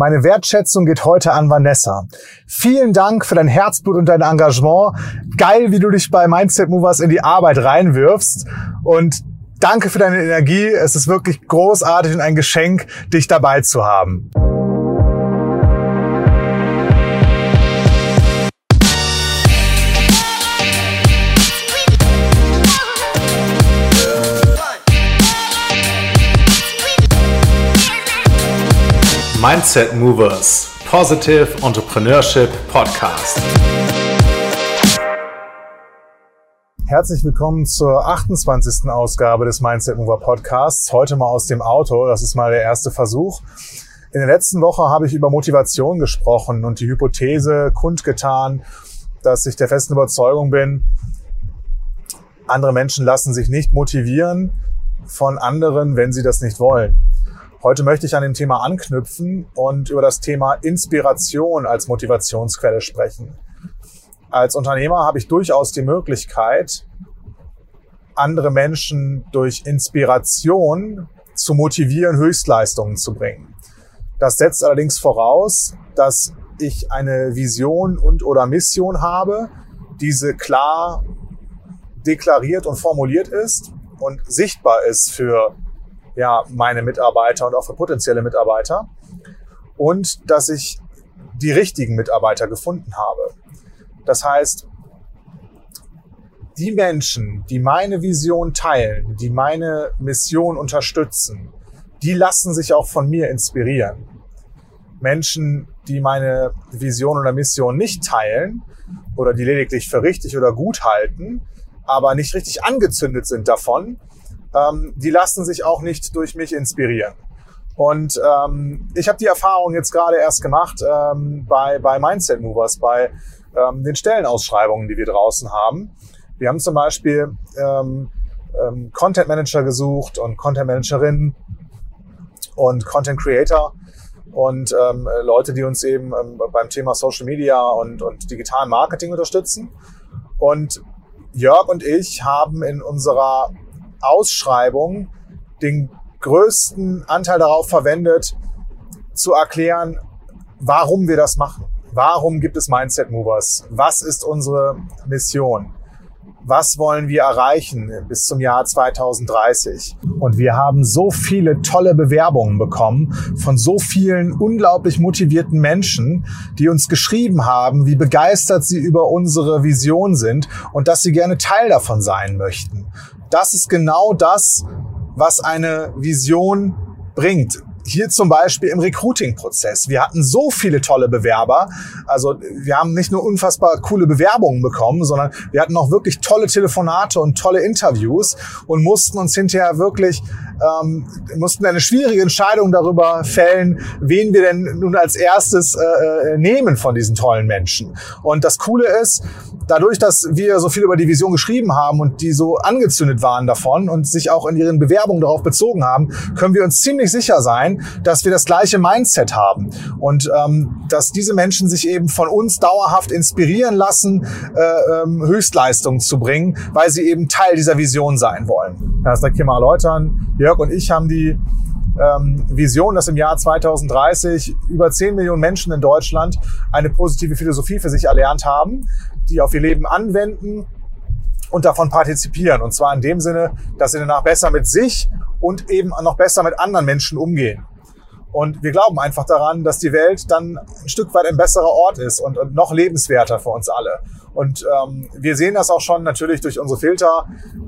Meine Wertschätzung geht heute an Vanessa. Vielen Dank für dein Herzblut und dein Engagement. Geil, wie du dich bei Mindset Movers in die Arbeit reinwirfst. Und danke für deine Energie. Es ist wirklich großartig und ein Geschenk, dich dabei zu haben. Mindset Movers Positive Entrepreneurship Podcast. Herzlich willkommen zur 28. Ausgabe des Mindset Mover Podcasts. Heute mal aus dem Auto. Das ist mal der erste Versuch. In der letzten Woche habe ich über Motivation gesprochen und die Hypothese kundgetan, dass ich der festen Überzeugung bin, andere Menschen lassen sich nicht motivieren von anderen, wenn sie das nicht wollen. Heute möchte ich an dem Thema anknüpfen und über das Thema Inspiration als Motivationsquelle sprechen. Als Unternehmer habe ich durchaus die Möglichkeit, andere Menschen durch Inspiration zu motivieren, Höchstleistungen zu bringen. Das setzt allerdings voraus, dass ich eine Vision und/oder Mission habe, diese klar deklariert und formuliert ist und sichtbar ist für meine Mitarbeiter und auch für potenzielle Mitarbeiter und dass ich die richtigen Mitarbeiter gefunden habe. Das heißt, die Menschen, die meine Vision teilen, die meine Mission unterstützen, die lassen sich auch von mir inspirieren. Menschen, die meine Vision oder Mission nicht teilen oder die lediglich für richtig oder gut halten, aber nicht richtig angezündet sind davon, die lassen sich auch nicht durch mich inspirieren. Und ich habe die Erfahrung jetzt gerade erst gemacht bei Mindset Movers, bei den Stellenausschreibungen, die wir draußen haben. Wir haben zum Beispiel Content Manager gesucht und Content Managerinnen und Content Creator und Leute, die uns eben beim Thema Social Media und digitalen Marketing unterstützen. Und Jörg und ich haben in unserer Ausschreibung den größten Anteil darauf verwendet, zu erklären, warum wir das machen. Warum gibt es Mindset Movers? Was ist unsere Mission? Was wollen wir erreichen bis zum Jahr 2030? Und wir haben so viele tolle Bewerbungen bekommen von so vielen unglaublich motivierten Menschen, die uns geschrieben haben, wie begeistert sie über unsere Vision sind und dass sie gerne Teil davon sein möchten. Das ist genau das, was eine Vision bringt. Hier zum Beispiel im Recruiting-Prozess. Wir hatten so viele tolle Bewerber. Also wir haben nicht nur unfassbar coole Bewerbungen bekommen, sondern wir hatten auch wirklich tolle Telefonate und tolle Interviews und mussten uns hinterher wirklich eine schwierige Entscheidung darüber fällen, wen wir denn nun als erstes nehmen von diesen tollen Menschen. Und das Coole ist, dadurch, dass wir so viel über die Vision geschrieben haben und die so angezündet waren davon und sich auch in ihren Bewerbungen darauf bezogen haben, können wir uns ziemlich sicher sein, dass wir das gleiche Mindset haben und dass diese Menschen sich eben von uns dauerhaft inspirieren lassen, Höchstleistungen zu bringen, weil sie eben Teil dieser Vision sein wollen. Das direkt hier mal erläutern. Jörg und ich haben die Vision, dass im Jahr 2030 über 10 Millionen Menschen in Deutschland eine positive Philosophie für sich erlernt haben, die auf ihr Leben anwenden und davon partizipieren. Und zwar in dem Sinne, dass sie danach besser mit sich und eben noch besser mit anderen Menschen umgehen. Und wir glauben einfach daran, dass die Welt dann ein Stück weit ein besserer Ort ist und noch lebenswerter für uns alle. Und wir sehen das auch schon natürlich durch unsere Filter,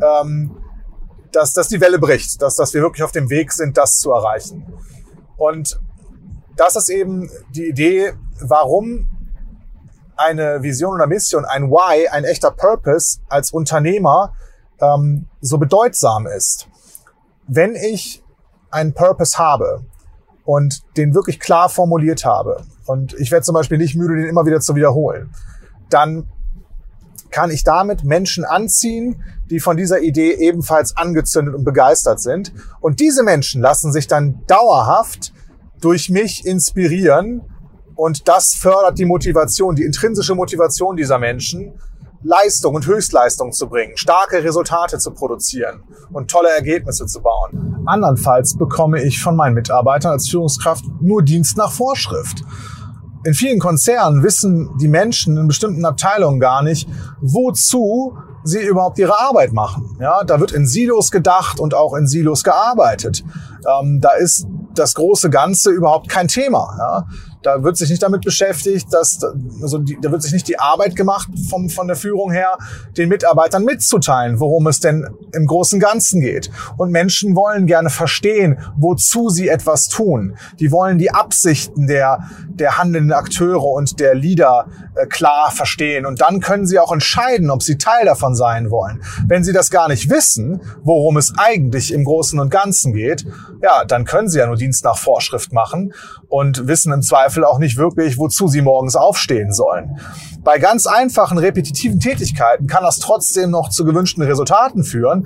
dass die Welle bricht, dass wir wirklich auf dem Weg sind, das zu erreichen. Und das ist eben die Idee, warum eine Vision oder Mission, ein Why, ein echter Purpose als Unternehmer so bedeutsam ist. Wenn ich einen Purpose habe und den wirklich klar formuliert habe und ich werde zum Beispiel nicht müde, den immer wieder zu wiederholen, dann kann ich damit Menschen anziehen, die von dieser Idee ebenfalls angezündet und begeistert sind. Und diese Menschen lassen sich dann dauerhaft durch mich inspirieren und das fördert die Motivation, die intrinsische Motivation dieser Menschen, Leistung und Höchstleistung zu bringen, starke Resultate zu produzieren und tolle Ergebnisse zu bauen. Andernfalls bekomme ich von meinen Mitarbeitern als Führungskraft nur Dienst nach Vorschrift. In vielen Konzernen wissen die Menschen in bestimmten Abteilungen gar nicht, wozu sie überhaupt ihre Arbeit machen. Ja, da wird in Silos gedacht und auch in Silos gearbeitet. Da ist das große Ganze überhaupt kein Thema. Ja. Da wird sich nicht damit beschäftigt, da wird sich nicht die Arbeit gemacht von der Führung her, den Mitarbeitern mitzuteilen, worum es denn im großen Ganzen geht. Und Menschen wollen gerne verstehen, wozu sie etwas tun. Die wollen die Absichten der handelnden Akteure und der Leader klar verstehen. Und dann können sie auch entscheiden, ob sie Teil davon sein wollen. Wenn sie das gar nicht wissen, worum es eigentlich im Großen und Ganzen geht, ja, dann können sie ja nur Dienst nach Vorschrift machen und wissen im Zweifel auch nicht wirklich, wozu sie morgens aufstehen sollen. Bei ganz einfachen, repetitiven Tätigkeiten kann das trotzdem noch zu gewünschten Resultaten führen.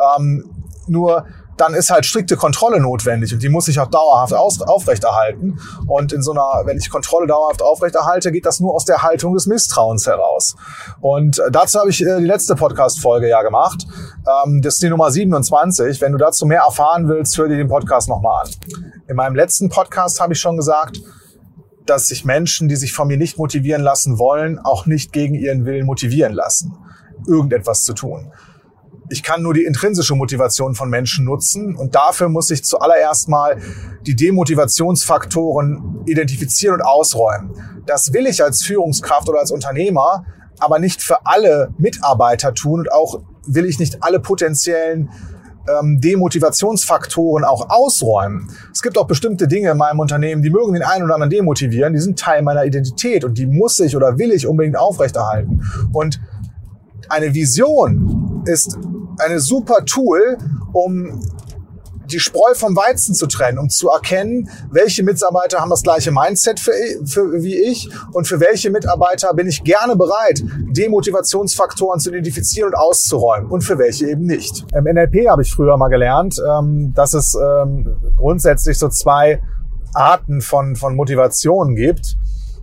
Nur dann ist halt strikte Kontrolle notwendig und die muss ich auch dauerhaft aufrechterhalten. Und wenn ich Kontrolle dauerhaft aufrechterhalte, geht das nur aus der Haltung des Misstrauens heraus. Und dazu habe ich die letzte Podcast-Folge ja gemacht. Das ist die Nummer 27. Wenn du dazu mehr erfahren willst, hör dir den Podcast nochmal an. In meinem letzten Podcast habe ich schon gesagt, dass sich Menschen, die sich von mir nicht motivieren lassen wollen, auch nicht gegen ihren Willen motivieren lassen, irgendetwas zu tun. Ich kann nur die intrinsische Motivation von Menschen nutzen und dafür muss ich zuallererst mal die Demotivationsfaktoren identifizieren und ausräumen. Das will ich als Führungskraft oder als Unternehmer, aber nicht für alle Mitarbeiter tun und auch will ich nicht alle potenziellen Demotivationsfaktoren auch ausräumen. Es gibt auch bestimmte Dinge in meinem Unternehmen, die mögen den einen oder anderen demotivieren, die sind Teil meiner Identität und die muss ich oder will ich unbedingt aufrechterhalten. Und eine Vision ist eine super Tool, um die Spreu vom Weizen zu trennen, um zu erkennen, welche Mitarbeiter haben das gleiche Mindset wie ich und für welche Mitarbeiter bin ich gerne bereit, Demotivationsfaktoren zu identifizieren und auszuräumen und für welche eben nicht. Im NLP habe ich früher mal gelernt, dass es grundsätzlich so zwei Arten von Motivation gibt.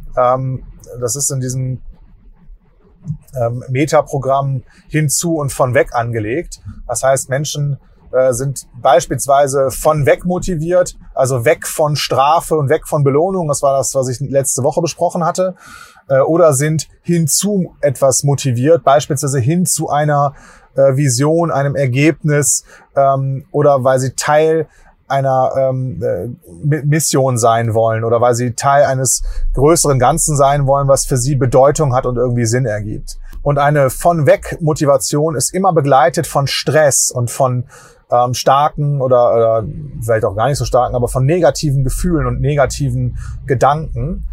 Das ist in diesem Metaprogramm hinzu und von weg angelegt. Das heißt, Menschen sind beispielsweise von weg motiviert, also weg von Strafe und weg von Belohnung. Das war das, was ich letzte Woche besprochen hatte. Oder sind hinzu etwas motiviert, beispielsweise hin zu einer Vision, einem Ergebnis oder weil sie Teil einer Mission sein wollen oder weil sie Teil eines größeren Ganzen sein wollen, was für sie Bedeutung hat und irgendwie Sinn ergibt. Und eine Von-Weg-Motivation ist immer begleitet von Stress und von starken oder vielleicht auch gar nicht so starken, aber von negativen Gefühlen und negativen Gedanken,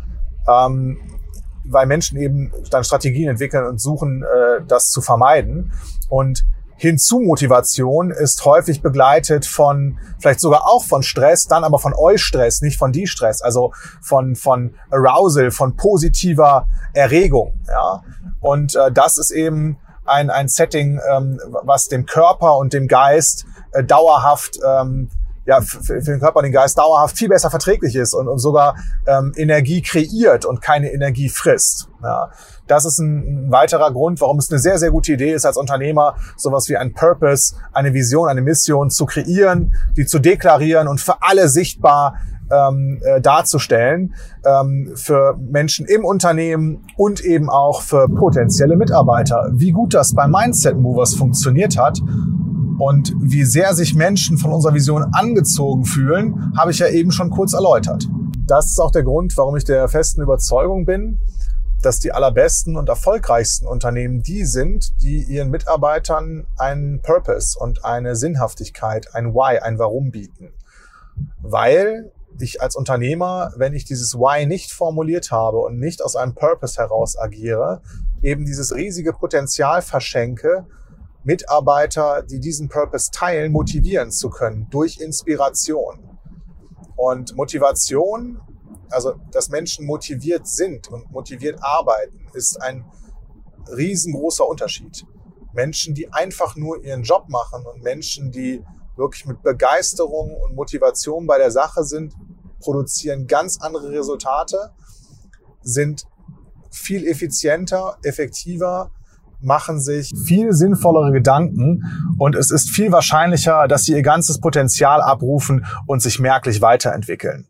weil Menschen eben dann Strategien entwickeln und suchen, das zu vermeiden. Und Hinzu-Motivation ist häufig begleitet von, vielleicht sogar auch von Stress, dann aber von Eustress, nicht von De-Stress, also von Arousal, von positiver Erregung. Ja? Und das ist eben ein Setting, was dem Körper und dem Geist dauerhaft, für den Körper und den Geist dauerhaft viel besser verträglich ist und sogar Energie kreiert und keine Energie frisst. Ja. Das ist ein weiterer Grund, warum es eine sehr, sehr gute Idee ist, als Unternehmer sowas wie ein Purpose, eine Vision, eine Mission zu kreieren, die zu deklarieren und für alle sichtbar darzustellen, für Menschen im Unternehmen und eben auch für potenzielle Mitarbeiter. Wie gut das bei Mindset Movers funktioniert hat und wie sehr sich Menschen von unserer Vision angezogen fühlen, habe ich ja eben schon kurz erläutert. Das ist auch der Grund, warum ich der festen Überzeugung bin, dass die allerbesten und erfolgreichsten Unternehmen die sind, die ihren Mitarbeitern einen Purpose und eine Sinnhaftigkeit, ein Why, ein Warum bieten. Weil ich als Unternehmer, wenn ich dieses Why nicht formuliert habe und nicht aus einem Purpose heraus agiere, eben dieses riesige Potenzial verschenke, Mitarbeiter, die diesen Purpose teilen, motivieren zu können durch Inspiration. Und Motivation, also dass Menschen motiviert sind und motiviert arbeiten, ist ein riesengroßer Unterschied. Menschen, die einfach nur ihren Job machen und Menschen, die wirklich mit Begeisterung und Motivation bei der Sache sind, produzieren ganz andere Resultate, sind viel effizienter, effektiver, machen sich viel sinnvollere Gedanken und es ist viel wahrscheinlicher, dass sie ihr ganzes Potenzial abrufen und sich merklich weiterentwickeln.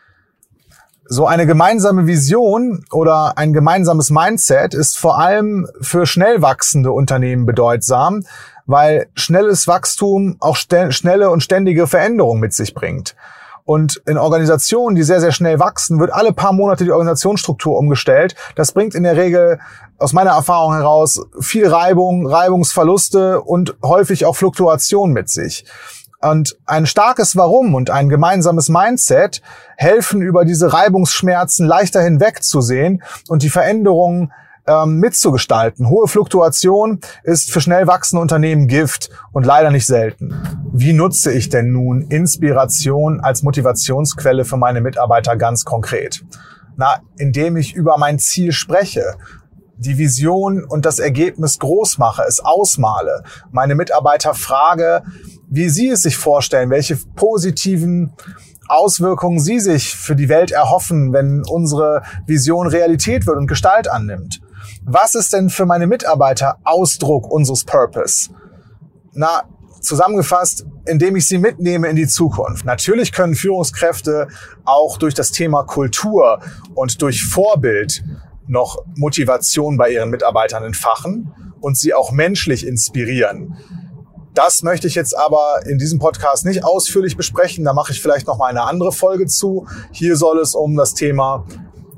So eine gemeinsame Vision oder ein gemeinsames Mindset ist vor allem für schnell wachsende Unternehmen bedeutsam, weil schnelles Wachstum auch schnelle und ständige Veränderungen mit sich bringt. Und in Organisationen, die sehr, sehr schnell wachsen, wird alle paar Monate die Organisationsstruktur umgestellt. Das bringt in der Regel aus meiner Erfahrung heraus viel Reibung, Reibungsverluste und häufig auch Fluktuation mit sich. Und ein starkes Warum und ein gemeinsames Mindset helfen, über diese Reibungsschmerzen leichter hinwegzusehen und die Veränderungen mitzugestalten. Hohe Fluktuation ist für schnell wachsende Unternehmen Gift und leider nicht selten. Wie nutze ich denn nun Inspiration als Motivationsquelle für meine Mitarbeiter ganz konkret? Indem ich über mein Ziel spreche, die Vision und das Ergebnis groß mache, es ausmale, meine Mitarbeiter frage, wie sie es sich vorstellen, welche positiven Auswirkungen sie sich für die Welt erhoffen, wenn unsere Vision Realität wird und Gestalt annimmt. Was ist denn für meine Mitarbeiter Ausdruck unseres Purpose? Zusammengefasst, indem ich sie mitnehme in die Zukunft. Natürlich können Führungskräfte auch durch das Thema Kultur und durch Vorbild noch Motivation bei ihren Mitarbeitern entfachen und sie auch menschlich inspirieren. Das möchte ich jetzt aber in diesem Podcast nicht ausführlich besprechen. Da mache ich vielleicht noch mal eine andere Folge zu. Hier soll es um das Thema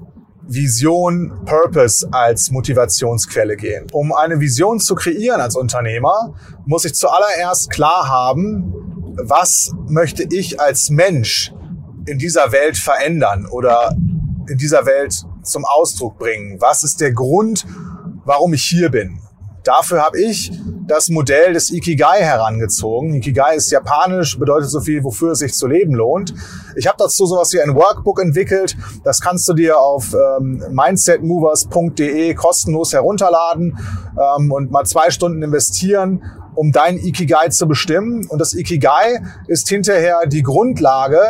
Vision, Purpose als Motivationsquelle gehen. Um eine Vision zu kreieren als Unternehmer, muss ich zuallererst klar haben, was möchte ich als Mensch in dieser Welt verändern oder in dieser Welt zum Ausdruck bringen. Was ist der Grund, warum ich hier bin? Dafür habe ich das Modell des Ikigai herangezogen. Ikigai ist japanisch, bedeutet so viel, wofür es sich zu leben lohnt. Ich habe dazu sowas wie ein Workbook entwickelt. Das kannst du dir auf mindsetmovers.de kostenlos herunterladen und mal 2 Stunden investieren, um dein Ikigai zu bestimmen. Und das Ikigai ist hinterher die Grundlage,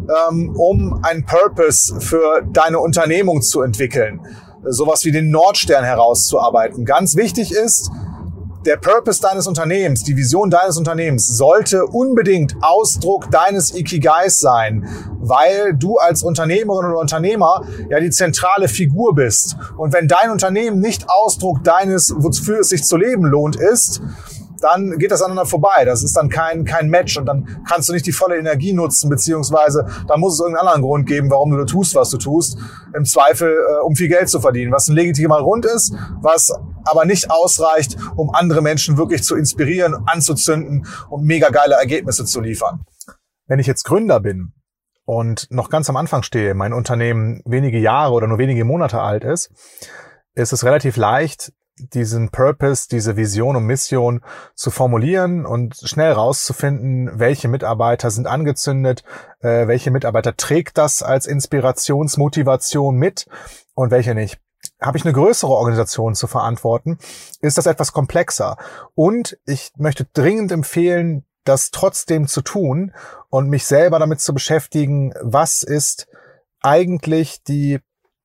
um einen Purpose für deine Unternehmung zu entwickeln. Sowas wie den Nordstern herauszuarbeiten. Ganz wichtig ist, der Purpose deines Unternehmens, die Vision deines Unternehmens sollte unbedingt Ausdruck deines Ikigais sein, weil du als Unternehmerin oder Unternehmer ja die zentrale Figur bist. Und wenn dein Unternehmen nicht Ausdruck deines, wofür es sich zu leben lohnt, ist, dann geht das aneinander vorbei. Das ist dann kein Match und dann kannst du nicht die volle Energie nutzen, beziehungsweise da muss es irgendeinen anderen Grund geben, warum du tust, was du tust. Im Zweifel, um viel Geld zu verdienen, was ein legitimer Grund ist, was aber nicht ausreicht, um andere Menschen wirklich zu inspirieren, anzuzünden und mega geile Ergebnisse zu liefern. Wenn ich jetzt Gründer bin und noch ganz am Anfang stehe, mein Unternehmen wenige Jahre oder nur wenige Monate alt ist es relativ leicht, diesen Purpose, diese Vision und Mission zu formulieren und schnell rauszufinden, welche Mitarbeiter sind angezündet, welche Mitarbeiter trägt das als Inspirationsmotivation mit und welche nicht. Habe ich eine größere Organisation zu verantworten, ist das etwas komplexer. Und ich möchte dringend empfehlen, das trotzdem zu tun und mich selber damit zu beschäftigen, was ist eigentlich die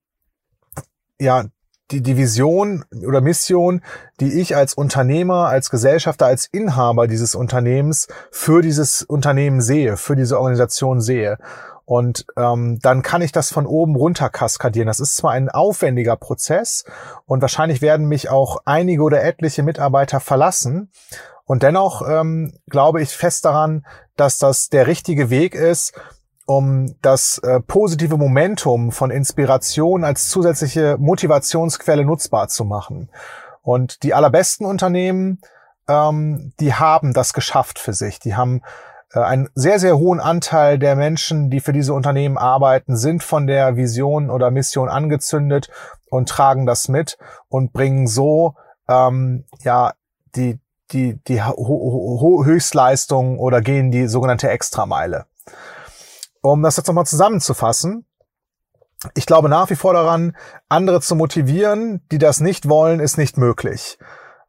Vision oder Mission, die ich als Unternehmer, als Gesellschafter, als Inhaber dieses Unternehmens für dieses Unternehmen sehe, für diese Organisation sehe. Und dann kann ich das von oben runter kaskadieren. Das ist zwar ein aufwendiger Prozess und wahrscheinlich werden mich auch einige oder etliche Mitarbeiter verlassen. Und dennoch glaube ich fest daran, dass das der richtige Weg ist, um das positive Momentum von Inspiration als zusätzliche Motivationsquelle nutzbar zu machen. Und die allerbesten Unternehmen, die haben das geschafft für sich. Die haben einen sehr, sehr hohen Anteil der Menschen, die für diese Unternehmen arbeiten, sind von der Vision oder Mission angezündet und tragen das mit und bringen so die Höchstleistung oder gehen die sogenannte Extrameile. Um das jetzt nochmal zusammenzufassen, ich glaube nach wie vor daran, andere zu motivieren, die das nicht wollen, ist nicht möglich.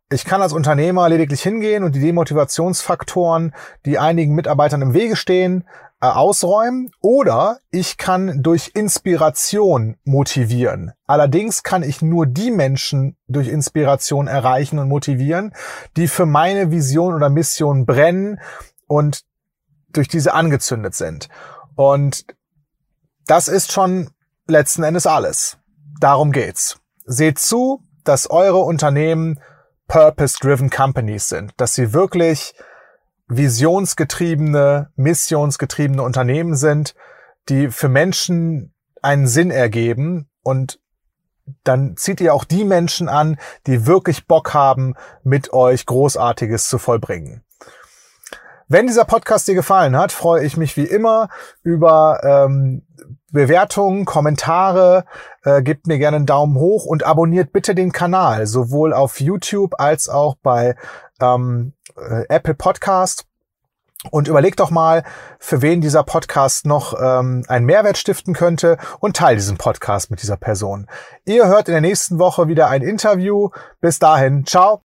Ich kann als Unternehmer lediglich hingehen und die Demotivationsfaktoren, die einigen Mitarbeitern im Wege stehen, ausräumen, oder ich kann durch Inspiration motivieren. Allerdings kann ich nur die Menschen durch Inspiration erreichen und motivieren, die für meine Vision oder Mission brennen und durch diese angezündet sind. Und das ist schon letzten Endes alles. Darum geht's. Seht zu, dass eure Unternehmen Purpose-Driven Companies sind, dass sie wirklich visionsgetriebene, missionsgetriebene Unternehmen sind, die für Menschen einen Sinn ergeben, und dann zieht ihr auch die Menschen an, die wirklich Bock haben, mit euch Großartiges zu vollbringen. Wenn dieser Podcast dir gefallen hat, freue ich mich wie immer über Bewertungen, Kommentare, gebt mir gerne einen Daumen hoch und abonniert bitte den Kanal, sowohl auf YouTube als auch bei Apple Podcast. Und überlegt doch mal, für wen dieser Podcast noch einen Mehrwert stiften könnte, und teilt diesen Podcast mit dieser Person. Ihr hört in der nächsten Woche wieder ein Interview. Bis dahin, ciao.